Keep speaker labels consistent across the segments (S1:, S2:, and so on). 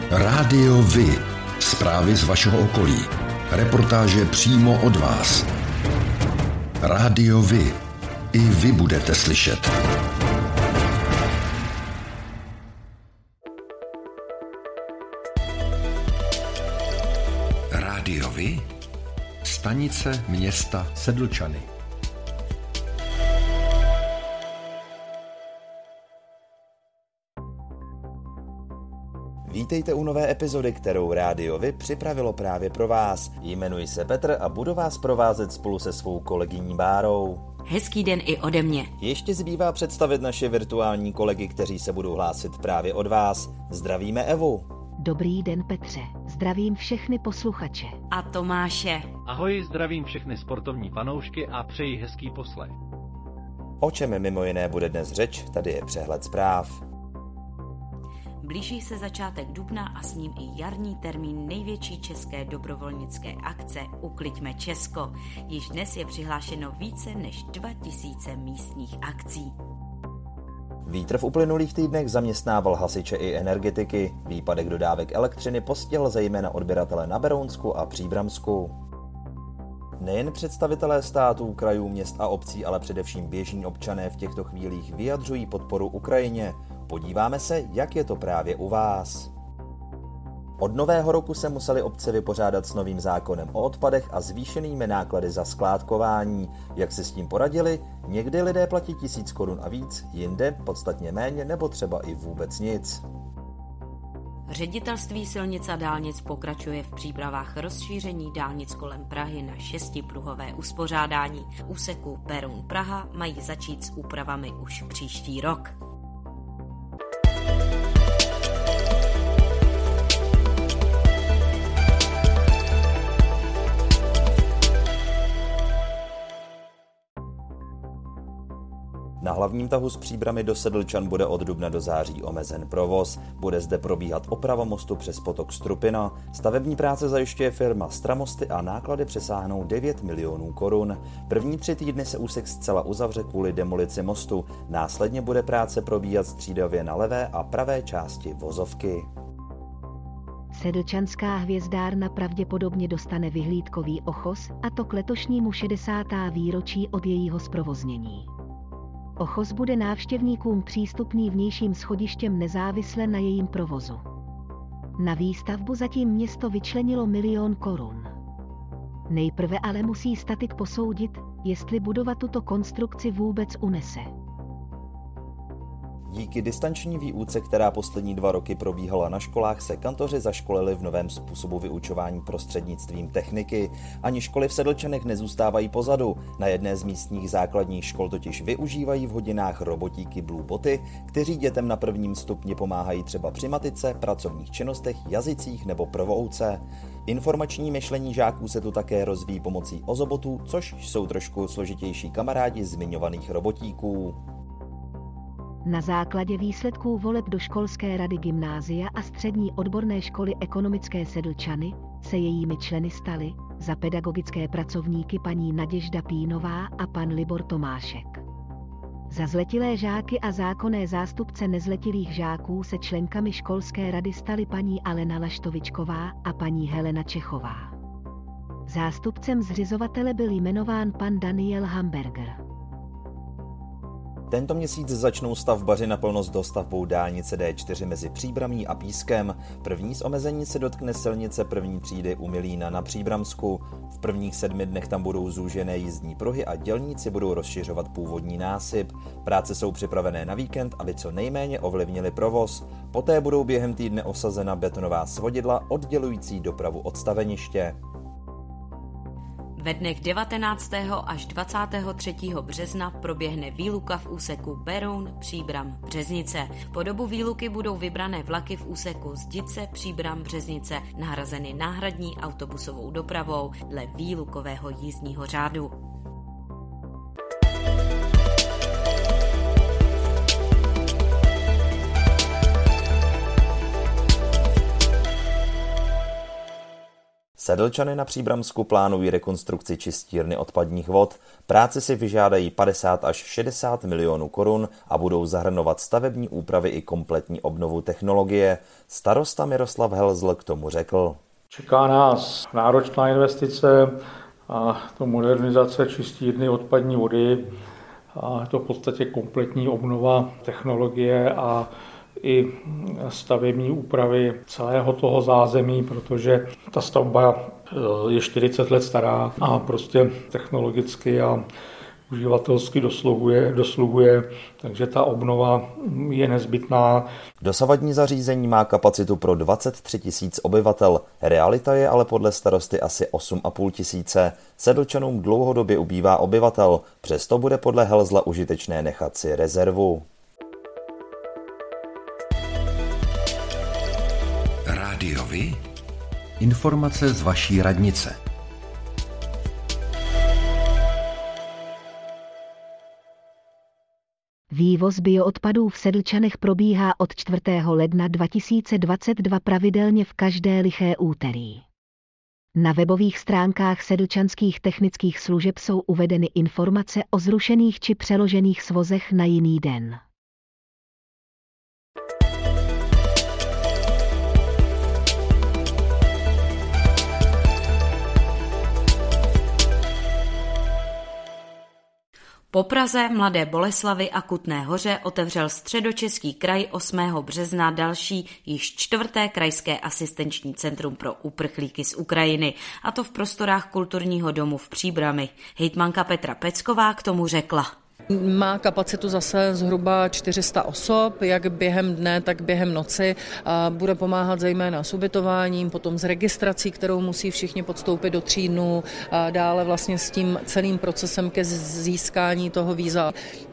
S1: Rádio Vy. Zprávy z vašeho okolí. Reportáže přímo od vás. Rádio Vy. I vy budete slyšet. Rádio Vy. Stanice města Sedlčany.
S2: Vítejte u nové epizody, kterou Rádio Vy připravilo právě pro vás. Jmenuji se Petr a budu vás provázet spolu se svou kolegyní Bárou.
S3: Hezký den i ode mě.
S2: Ještě zbývá představit naše virtuální kolegy, kteří se budou hlásit právě od vás. Zdravíme Evu.
S4: Dobrý den, Petře. Zdravím všechny posluchače.
S3: A Tomáše.
S5: Ahoj, zdravím všechny sportovní fanoušky a přeji hezký poslech.
S2: O čem mimo jiné bude dnes řeč, tady je přehled zpráv.
S3: Blíží se začátek dubna a s ním i jarní termín největší české dobrovolnické akce Ukliďme Česko. Již dnes je přihlášeno více než 2000 místních akcí.
S2: Vítr v uplynulých týdnech zaměstnával hasiče i energetiky. Výpadek dodávek elektřiny postihl zejména odběratele na Berounsku a Příbramsku. Nejen představitelé států, krajů, měst a obcí, ale především běžní občané v těchto chvílích vyjadřují podporu Ukrajině. Podíváme se, jak je to právě u vás. Od nového roku se museli obce vypořádat s novým zákonem o odpadech a zvýšenými náklady za skládkování. Jak si s tím poradili? Někdy lidé platí 1000 korun a víc, jinde podstatně méně nebo třeba i vůbec nic.
S3: Ředitelství silnic a dálnic pokračuje v přípravách rozšíření dálnic kolem Prahy na 6pruhové uspořádání. V úseku Beroun Praha mají začít s úpravami už příští rok.
S2: Na hlavním tahu z Příbrami do Sedlčan bude od dubna do září omezen provoz. Bude zde probíhat oprava mostu přes potok Strupina. Stavební práce zajišťuje firma Stramosty a náklady přesáhnou 9 milionů korun. První 3 týdny se úsek zcela uzavře kvůli demolici mostu. Následně bude práce probíhat střídavě na levé a pravé části vozovky.
S4: Sedlčanská hvězdárna pravděpodobně dostane vyhlídkový ochos, a to k letošnímu 60. výročí od jejího zprovoznění. Ochos bude návštěvníkům přístupný vnějším schodištěm nezávisle na jejím provozu. Na výstavbu zatím město vyčlenilo 1 000 000 korun. Nejprve ale musí statik posoudit, jestli budova tuto konstrukci vůbec unese.
S2: Díky distanční výuce, která poslední 2 roky probíhala na školách, se kantoři zaškolili v novém způsobu vyučování prostřednictvím techniky. Ani školy v Sedlčanech nezůstávají pozadu. Na jedné z místních základních škol totiž využívají v hodinách robotíky Blueboty, kteří dětem na 1. stupni pomáhají třeba při matice, pracovních činnostech, jazycích nebo provouce. Informační myšlení žáků se tu také rozvíjí pomocí ozobotů, což jsou trošku složitější kamarádi zmiňovaných robotíků.
S4: Na základě výsledků voleb do školské rady gymnázia a střední odborné školy ekonomické Sedlčany se jejími členy stali za pedagogické pracovníky paní Naděžda Pínová a pan Libor Tomášek. Za zletilé žáky a zákonné zástupce nezletilých žáků se členkami školské rady staly paní Alena Laštovičková a paní Helena Čechová. Zástupcem zřizovatele byl jmenován pan Daniel Hamburger.
S2: Tento měsíc začnou stavbaři naplno s dostavbou dálnice D4 mezi Příbramí a Pískem. První z omezení se dotkne silnice první třídy u Milína na Příbramsku. V prvních 7 dnech tam budou zúžené jízdní pruhy a dělníci budou rozšiřovat původní násyp. Práce jsou připravené na víkend, aby co nejméně ovlivnili provoz. Poté budou během týdne osazena betonová svodidla oddělující dopravu od staveniště.
S3: Ve dnech 19. až 23. března proběhne výluka v úseku Beroun, Příbram, Březnice. Po dobu výluky budou vybrané vlaky v úseku Zdice, Příbram, Březnice nahrazeny náhradní autobusovou dopravou dle výlukového jízdního řádu.
S2: Sedlčany na Příbramsku plánují rekonstrukci čistírny odpadních vod. Práci si vyžádají 50 až 60 milionů korun a budou zahrnovat stavební úpravy i kompletní obnovu technologie. Starosta Miroslav Helzl k tomu řekl.
S6: Čeká nás náročná investice a to modernizace čistírny odpadní vody. A to v podstatě kompletní obnova technologie a i stavební úpravy celého toho zázemí, protože ta stavba je 40 let stará a prostě technologicky a uživatelsky dosluhuje, takže ta obnova je nezbytná.
S2: Dosavadní zařízení má kapacitu pro 23 000 obyvatel, realita je ale podle starosty asi 8 500. Sedlčanům dlouhodobě ubývá obyvatel, přesto bude podle Helzla užitečné nechat si rezervu.
S1: Rádio Vy? Informace z vaší radnice.
S4: Vývoz bioodpadů v Sedlčanech probíhá od 4. ledna 2022 pravidelně v každé liché úterý. Na webových stránkách sedlčanských technických služeb jsou uvedeny informace o zrušených či přeložených svozech na jiný den.
S3: Po Praze, Mladé Boleslavi a Kutné Hoře otevřel Středočeský kraj 8. března další, již 4. krajské asistenční centrum pro uprchlíky z Ukrajiny, a to v prostorách kulturního domu v Příbrami. Hejtmanka Petra Pecková k tomu řekla.
S7: Má kapacitu zase zhruba 400 osob, jak během dne, tak během noci. Bude pomáhat zejména s ubytováním, potom s registrací, kterou musí všichni podstoupit do 3 dnů, dále vlastně s tím celým procesem ke získání toho víza.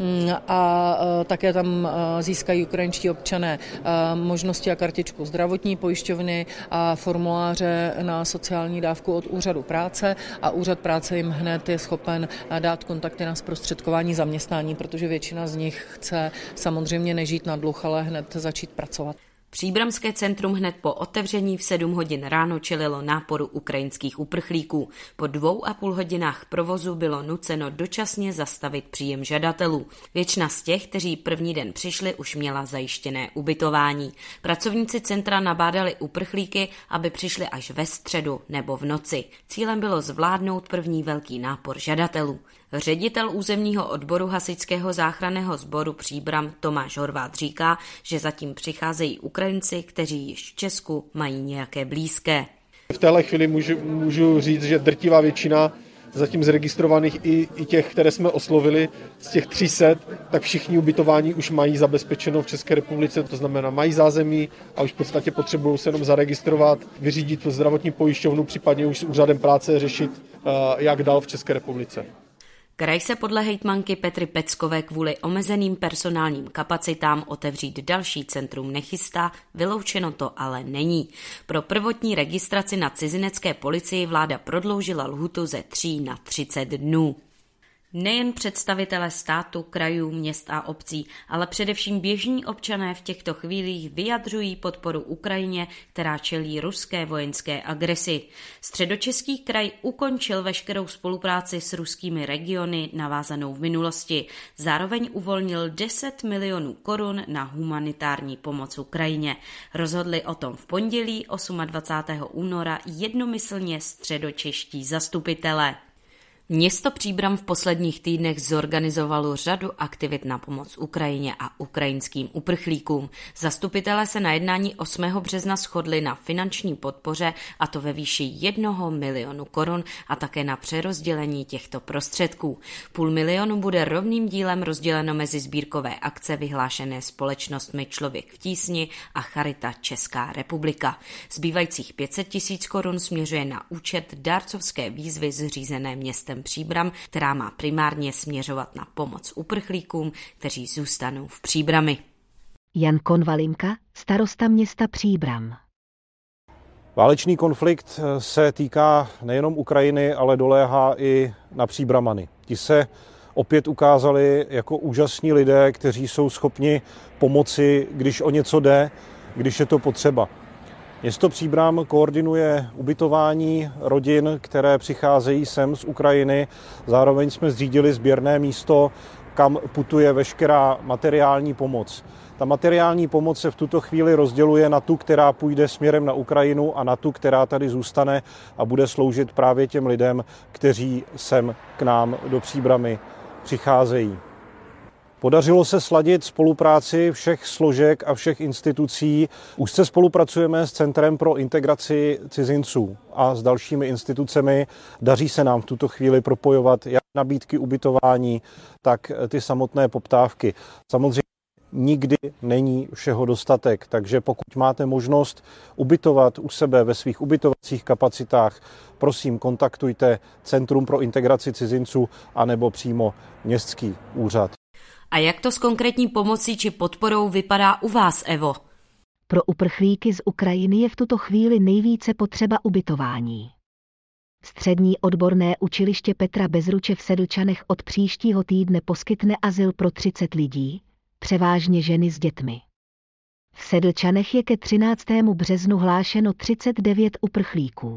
S7: A také tam získají ukrajinští občané možnosti a kartičku zdravotní pojišťovny a formuláře na sociální dávku od úřadu práce, a úřad práce jim hned je schopen dát kontakty na zprostředkování zaměstnání, protože většina z nich chce samozřejmě nežít na dluh, ale hned začít pracovat.
S3: Příbramské centrum hned po otevření v 7 hodin ráno čelilo náporu ukrajinských uprchlíků. Po 2,5 hodinách provozu bylo nuceno dočasně zastavit příjem žadatelů. Většina z těch, kteří první den přišli, už měla zajištěné ubytování. Pracovníci centra nabádali uprchlíky, aby přišli až ve středu nebo v noci. Cílem bylo zvládnout první velký nápor žadatelů. Ředitel územního odboru hasičského záchranného sboru Příbram Tomáš Horváth říká, že zatím přicházejí Ukrajinci, kteří již v Česku mají nějaké blízké.
S8: V téhle chvíli můžu říct, že drtivá většina zatím zregistrovaných i těch, které jsme oslovili, z těch 300, tak všichni ubytování už mají zabezpečeno v České republice, to znamená mají zázemí a už v podstatě potřebují se jenom zaregistrovat, vyřídit zdravotní pojišťovnu, případně už s úřadem práce řešit, jak dál v České republice.
S3: Kraj se podle hejtmanky Petry Peckové kvůli omezeným personálním kapacitám otevřít další centrum nechystá, vyloučeno to ale není. Pro prvotní registraci na cizinecké policii vláda prodloužila lhůtu ze 3 na 30 dnů. Nejen představitelé státu, krajů, měst a obcí, ale především běžní občané v těchto chvílích vyjadřují podporu Ukrajině, která čelí ruské vojenské agresi. Středočeský kraj ukončil veškerou spolupráci s ruskými regiony navázanou v minulosti. Zároveň uvolnil 10 milionů korun na humanitární pomoc Ukrajině. Rozhodli o tom v pondělí 28. února jednomyslně středočeští zastupitelé. Město Příbram v posledních týdnech zorganizovalo řadu aktivit na pomoc Ukrajině a ukrajinským uprchlíkům. Zastupitelé se na jednání 8. března shodli na finanční podpoře, a to ve výši 1 milionu korun, a také na přerozdělení těchto prostředků. 500 000 bude rovným dílem rozděleno mezi sbírkové akce vyhlášené společnostmi Člověk v tísni a Charita Česká republika. Zbývajících 500 000 korun směřuje na účet dárcovské výzvy zřízené městem Příbram, která má primárně směřovat na pomoc uprchlíkům, kteří zůstanou v Příbrami.
S4: Jan Konvalinka, starosta města Příbram.
S9: Válečný konflikt se týká nejenom Ukrajiny, ale doléhá i na Příbramany. Ti se opět ukázali jako úžasní lidé, kteří jsou schopni pomoci, když o něco jde, když je to potřeba. Město Příbram koordinuje ubytování rodin, které přicházejí sem z Ukrajiny. Zároveň jsme zřídili sběrné místo, kam putuje veškerá materiální pomoc. Ta materiální pomoc se v tuto chvíli rozděluje na tu, která půjde směrem na Ukrajinu, a na tu, která tady zůstane a bude sloužit právě těm lidem, kteří sem k nám do Příbrami přicházejí. Podařilo se sladit spolupráci všech složek a všech institucí. Úzce spolupracujeme s Centrem pro integraci cizinců a s dalšími institucemi. Daří se nám v tuto chvíli propojovat jak nabídky ubytování, tak ty samotné poptávky. Samozřejmě nikdy není všeho dostatek, takže pokud máte možnost ubytovat u sebe ve svých ubytovacích kapacitách, prosím, kontaktujte Centrum pro integraci cizinců anebo přímo městský úřad.
S3: A jak to s konkrétní pomocí či podporou vypadá u vás, Evo?
S4: Pro uprchlíky z Ukrajiny je v tuto chvíli nejvíce potřeba ubytování. Střední odborné učiliště Petra Bezruče v Sedlčanech od příštího týdne poskytne azyl pro 30 lidí, převážně ženy s dětmi. V Sedlčanech je ke 13. březnu hlášeno 39 uprchlíků.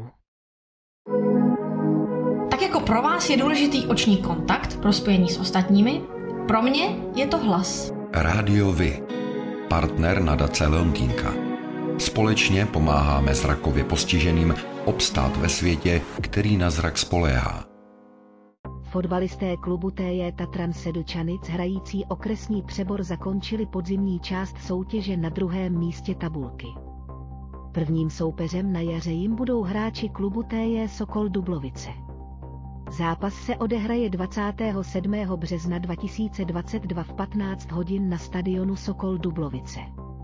S10: Tak jako pro vás je důležitý oční kontakt pro spojení s ostatními, pro mě je to hlas.
S1: Rádio Vy, partner nadace Leontýnka. Společně pomáháme zrakově postiženým obstát ve světě, který na zrak spoléhá.
S4: Fotbalisté klubu TJ Tatran Sedlčanic hrající okresní přebor zakončili podzimní část soutěže na 2. místě tabulky. Prvním soupeřem na jaře jim budou hráči klubu TJ Sokol Dublovice. Zápas se odehraje 27. března 2022 v 15 hodin na stadionu Sokol Dublovice.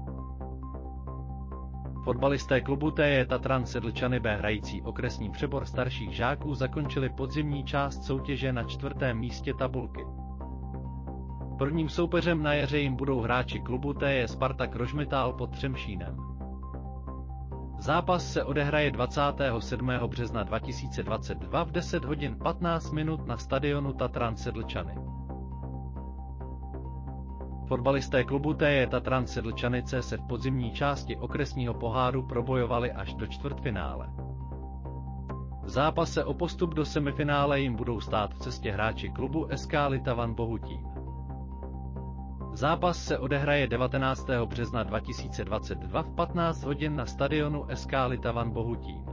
S5: Fotbalisté klubu TJ Tatran Sedlčany B hrající okresní přebor starších žáků zakončili podzimní část soutěže na 4. místě tabulky. Prvním soupeřem na jaře jim budou hráči klubu TJ Spartak Rožmitál pod Třemšínem. Zápas se odehraje 27. března 2022 v 10 hodin 15 minut na stadionu Tatran Sedlčany. Fotbalisté klubu TJ Tatran Sedlčanice se v podzimní části okresního poháru probojovali až do čtvrtfinále. V zápase o postup do semifinále jim budou stát v cestě hráči klubu SK Litavan Bohutín. Zápas se odehraje 19. března 2022 v 15 hodin na stadionu SK Litavan Bohutín.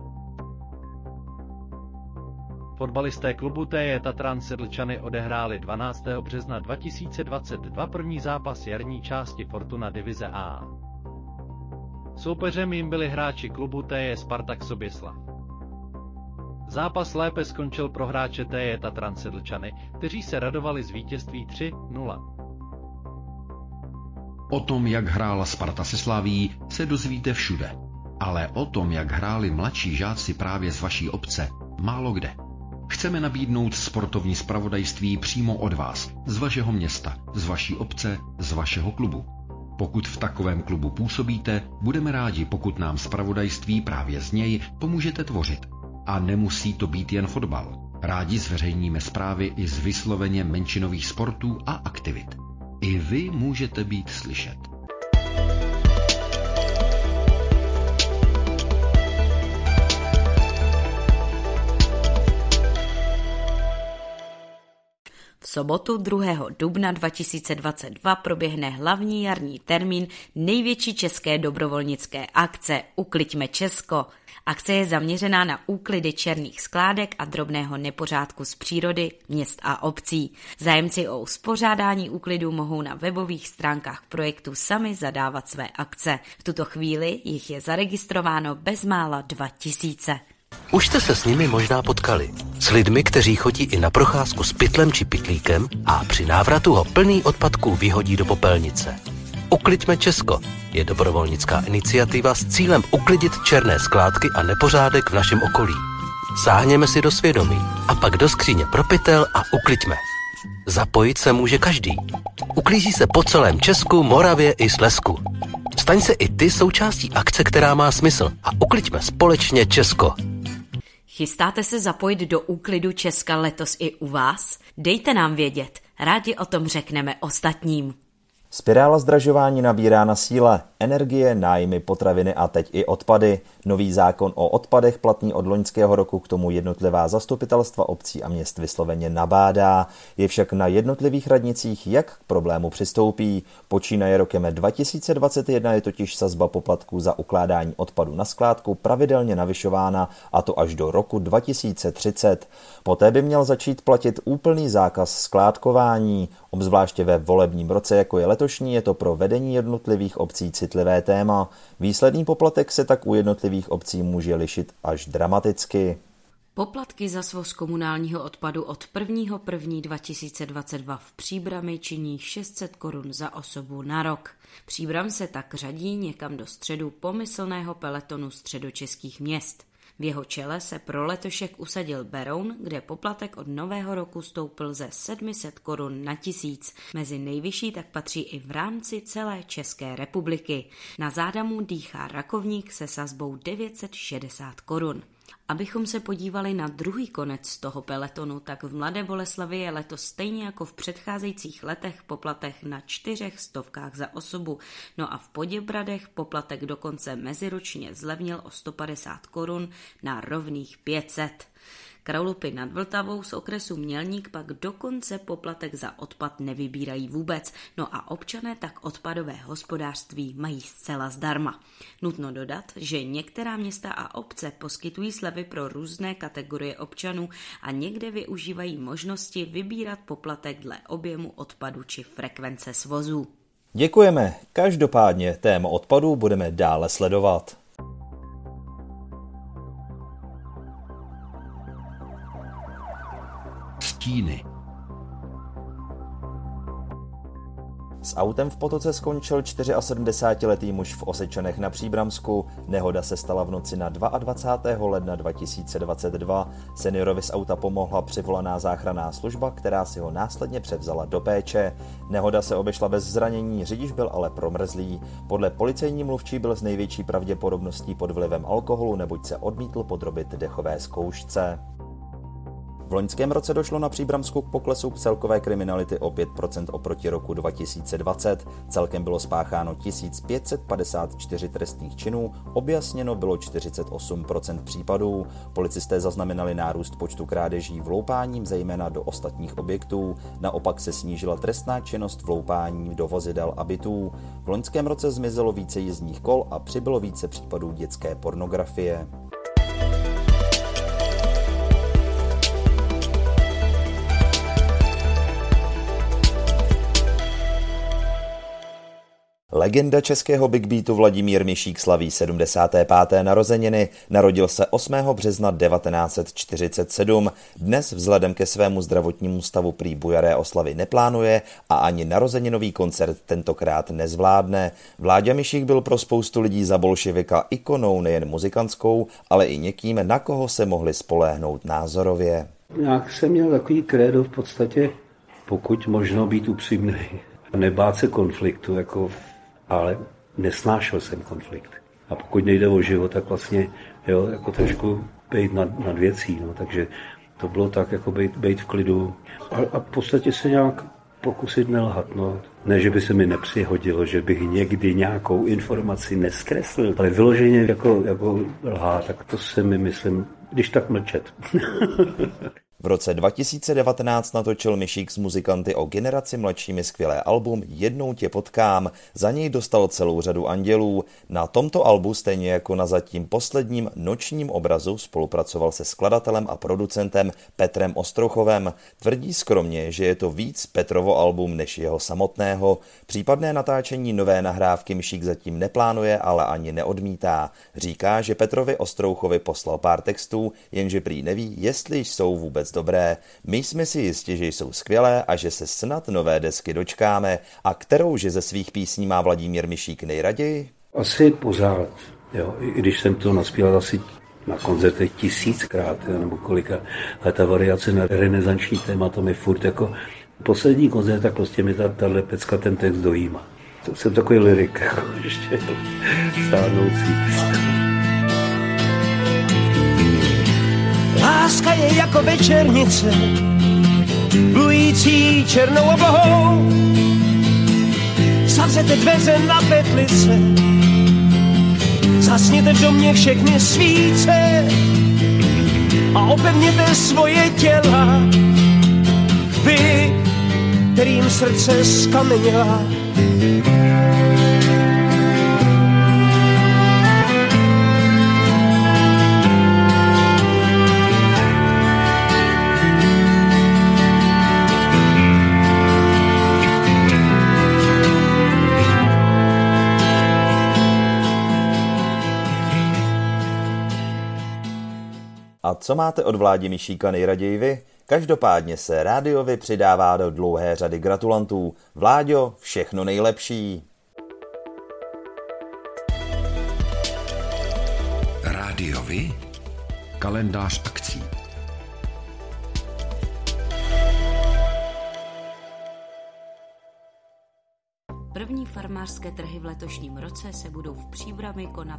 S5: Fotbalisté klubu TJ Tatran Sedlčany odehráli 12. března 2022 první zápas jarní části Fortuna divize A. Soupeřem jim byli hráči klubu TJ Spartak Soběslav. Zápas lépe skončil pro hráče TJ Tatran Sedlčany, kteří se radovali z vítězství 3-0.
S1: O tom, jak hrála Sparta se Slaví, se dozvíte všude. Ale o tom, jak hráli mladší žáci právě z vaší obce, málo kde. Chceme nabídnout sportovní zpravodajství přímo od vás, z vašeho města, z vaší obce, z vašeho klubu. Pokud v takovém klubu působíte, budeme rádi, pokud nám zpravodajství právě z něj pomůžete tvořit. A nemusí to být jen fotbal. Rádi zveřejníme zprávy i z vysloveně menšinových sportů a aktivit. I vy můžete být slyšet.
S3: V sobotu 2. dubna 2022 proběhne hlavní jarní termín největší české dobrovolnické akce Ukliďme Česko. Akce je zaměřená na úklidy černých skládek a drobného nepořádku z přírody, měst a obcí. Zájemci o uspořádání úklidu mohou na webových stránkách projektu sami zadávat své akce. V tuto chvíli jich je zaregistrováno bezmála 2000.
S11: Už jste se s nimi možná potkali. S lidmi, kteří chodí i na procházku s pytlem či pytlíkem a při návratu ho plný odpadků vyhodí do popelnice. Ukliďme Česko je dobrovolnická iniciativa s cílem uklidit černé skládky a nepořádek v našem okolí. Sáhněme si do svědomí a pak do skříně pro pytel a ukliďme. Zapojit se může každý. Uklízí se po celém Česku, Moravě i Slezsku. Staň se i ty součástí akce, která má smysl, a ukliďme společně Česko.
S3: Chystáte se zapojit do úklidu Česka letos i u vás? Dejte nám vědět, rádi o tom řekneme ostatním.
S2: Spirála zdražování nabírá na síle. Energie, nájmy, potraviny a teď i odpady. Nový zákon o odpadech platný od loňského roku k tomu jednotlivá zastupitelstva obcí a měst vysloveně nabádá. Je však na jednotlivých radnicích, jak k problému přistoupí. Počínaje rokem 2021 je totiž sazba poplatků za ukládání odpadu na skládku pravidelně navyšována, a to až do roku 2030. Poté by měl začít platit úplný zákaz skládkování. Obzvláště ve volebním roce, jako je letošní, je to pro vedení jednotlivých obcí citlivé téma. Výsledný poplatek se tak u jednotlivých obcí může lišit až dramaticky.
S3: Poplatky za svoz komunálního odpadu od 1.1.2022 v Příbrami činí 600 korun za osobu na rok. Příbram se tak řadí někam do středu pomyslného peletonu středočeských měst. V jeho čele se pro letošek usadil Beroun, kde poplatek od nového roku stoupl ze 700 korun na 1000. Mezi nejvyšší tak patří i v rámci celé České republiky. Na Zádamu dýchá Rakovník se sazbou 960 korun. Abychom se podívali na druhý konec toho peletonu, tak v Mladé Boleslavi je letos stejně jako v předcházejících letech poplatek na 400 za osobu, no a v Poděbradech poplatek dokonce meziročně zlevnil o 150 korun na rovných 500. Kralupy nad Vltavou z okresu Mělník pak dokonce poplatek za odpad nevybírají vůbec, no a občané tak odpadové hospodářství mají zcela zdarma. Nutno dodat, že některá města a obce poskytují slevy pro různé kategorie občanů a někde využívají možnosti vybírat poplatek dle objemu odpadu či frekvence svozů.
S2: Děkujeme. Každopádně téma odpadu budeme dále sledovat.
S1: Stíny.
S2: S autem v potoce skončil 74letý muž v Osečanech na Příbramsku. Nehoda se stala v noci na 22. ledna 2022. Seniorovi z auta pomohla přivolaná záchranná služba, která si ho následně převzala do péče. Nehoda se obešla bez zranění, řidič byl ale promrzlý. Podle policejní mluvčí byl s největší pravděpodobností pod vlivem alkoholu, neboť se odmítl podrobit dechové zkoušce. V loňském roce došlo na Příbramsku k poklesu celkové kriminality o 5% oproti roku 2020. Celkem bylo spácháno 1554 trestných činů, objasněno bylo 48% případů. Policisté zaznamenali nárůst počtu krádeží vloupáním zejména do ostatních objektů. Naopak se snížila trestná činnost vloupáním do vozidel a bytů. V loňském roce zmizelo více jízdních kol a přibylo více případů dětské pornografie. Legenda českého big beatu Vladimír Mišík slaví 75. narozeniny. Narodil se 8. března 1947. Dnes vzhledem ke svému zdravotnímu stavu prý bujaré oslavy neplánuje a ani narozeninový koncert tentokrát nezvládne. Vláďa Mišík byl pro spoustu lidí za bolševika ikonou nejen muzikantskou, ale i někým, na koho se mohli spoléhnout názorově.
S12: Jak jsem měl takový krédo v podstatě, pokud možno být upřímný, nebát se konfliktu, ale nesnášel jsem konflikt. A pokud nejde o život, tak vlastně jako trošku bejt nad věcí. No. Takže to bylo tak, jako bejt v klidu. A v podstatě se nějak pokusit nelhat. No. Ne, že by se mi nepřihodilo, že bych někdy nějakou informaci neskreslil, ale vyloženě jako lhát, tak to se mi myslím, když tak mlčet.
S2: V roce 2019 natočil Mišík s muzikanty o generaci mladšími skvělé album Jednou tě potkám. Za něj dostal celou řadu andělů. Na tomto albu, stejně jako na zatím posledním Nočním obrazu, spolupracoval se skladatelem a producentem Petrem Ostrouchovem. Tvrdí skromně, že je to víc Petrovo album než jeho samotného. Případné natáčení nové nahrávky Mišík zatím neplánuje, ale ani neodmítá. Říká, že Petrovi Ostrouchovi poslal pár textů, jenže prý neví, jestli jsou vůbec dobré. My jsme si jistí, že jsou skvělé a že se snad nové desky dočkáme. A kterou že ze svých písní má Vladimír Mišík nejraději?
S12: Asi pořád. Jo. I když jsem to naspíval asi na koncertech 1000krát, nebo kolika, ale ta variace na renesanční téma, to mi furt jako poslední koncert, tak prostě mi tahle pecka ten text dojíma. Jsem takový lyrik, jako ještě stárnoucí.
S13: Láska je jako večernice, plující černou oblohou. zavřete dveře na petlice, zasněte v domě všechny svíce a opevněte svoje těla, vy, kterým srdce skameněla.
S2: A co máte od Vládi Mišíka nejraději vy? Každopádně se Rádio Vy přidává do dlouhé řady gratulantů. Vláďo, všechno nejlepší.
S1: Rádio Vy, kalendář akcí.
S3: První farmářské trhy v letošním roce se budou v Příbrami konat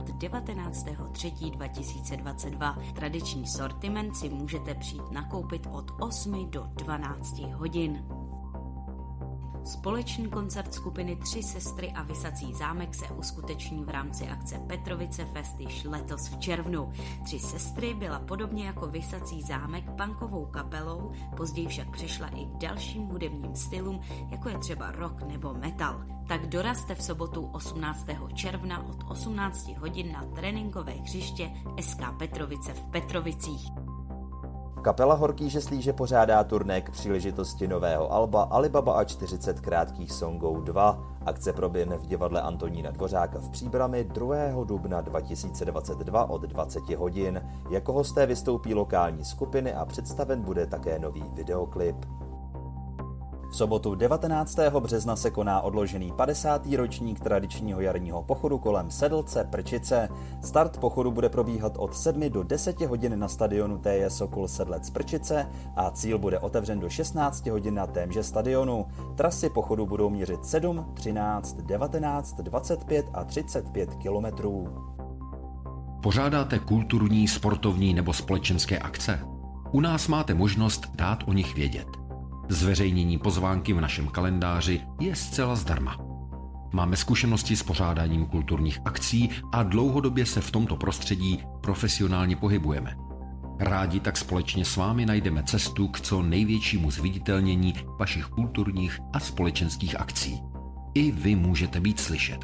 S3: 19.3.2022. Tradiční sortiment si můžete přijít nakoupit od 8 do 12 hodin. Společný koncert skupiny Tři sestry a Visací zámek se uskuteční v rámci akce Petrovice Fest již letos v červnu. Tři sestry byla podobně jako Visací zámek punkovou kapelou, později však přešla i k dalším hudebním stylům, jako je třeba rock nebo metal. Tak dorazte v sobotu 18. června od 18 hodin na tréninkové hřiště SK Petrovice v Petrovicích.
S2: Kapela Horký žeslíže pořádá turné k příležitosti nového alba Alibaba a 40 krátkých songů 2. Akce proběhne v divadle Antonína Dvořáka v Příbrami 2. dubna 2022 od 20 hodin. Jako hosté vystoupí lokální skupiny a představen bude také nový videoklip. V sobotu 19. března se koná odložený 50. ročník tradičního jarního pochodu kolem Sedlce Prčice. Start pochodu bude probíhat od 7 do 10 hodin na stadionu TJ Sokol Sedlec Prčice a cíl bude otevřen do 16 hodin na témže stadionu. Trasy pochodu budou měřit 7, 13, 19, 25 a 35 kilometrů.
S1: Pořádáte kulturní, sportovní nebo společenské akce? U nás máte možnost dát o nich vědět. Zveřejnění pozvánky v našem kalendáři je zcela zdarma. Máme zkušenosti s pořádáním kulturních akcí a dlouhodobě se v tomto prostředí profesionálně pohybujeme. Rádi tak společně s vámi najdeme cestu k co největšímu zviditelnění vašich kulturních a společenských akcí. I vy můžete být slyšet.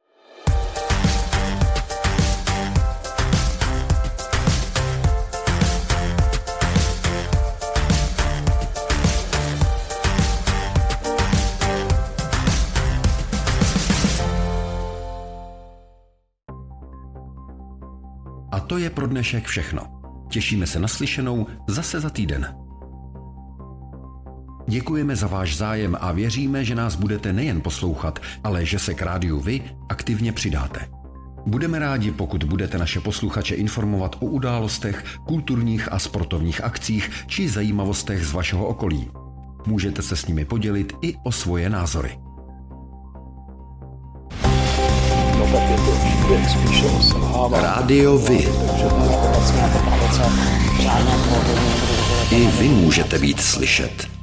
S1: A to je pro dnešek všechno. Těšíme se na slyšenou zase za týden. Děkujeme za váš zájem a věříme, že nás budete nejen poslouchat, ale že se k Rádiu Vy aktivně přidáte. Budeme rádi, pokud budete naše posluchače informovat o událostech, kulturních a sportovních akcích či zajímavostech z vašeho okolí. Můžete se s nimi podělit i o svoje názory. Rádio Vy. I vy můžete být slyšet.